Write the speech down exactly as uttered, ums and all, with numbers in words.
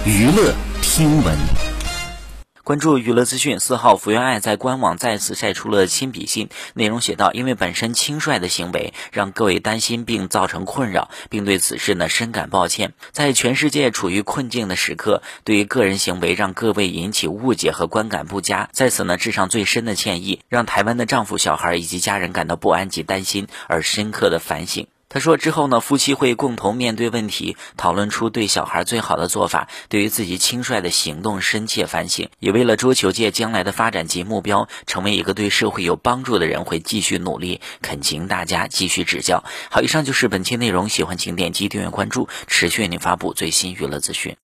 娱乐听闻。 关注娱乐资讯，四号福原爱在官网再次晒出了亲笔信，内容写道：因为本身轻率的行为让各位担心并造成困扰，并对此事呢深感抱歉。在全世界处于困境的时刻，对于个人行为让各位引起误解和观感不佳，在此呢致上最深的歉意，让台湾的丈夫、小孩以及家人感到不安及担心而深刻的反省。他说之后呢，夫妻会共同面对问题，讨论出对小孩最好的做法，对于自己轻率的行动深切反省，也为了桌球界将来的发展及目标，成为一个对社会有帮助的人，会继续努力，恳请大家继续指教。好，以上就是本期内容，喜欢请点击订阅关注，持续为您发布最新娱乐资讯。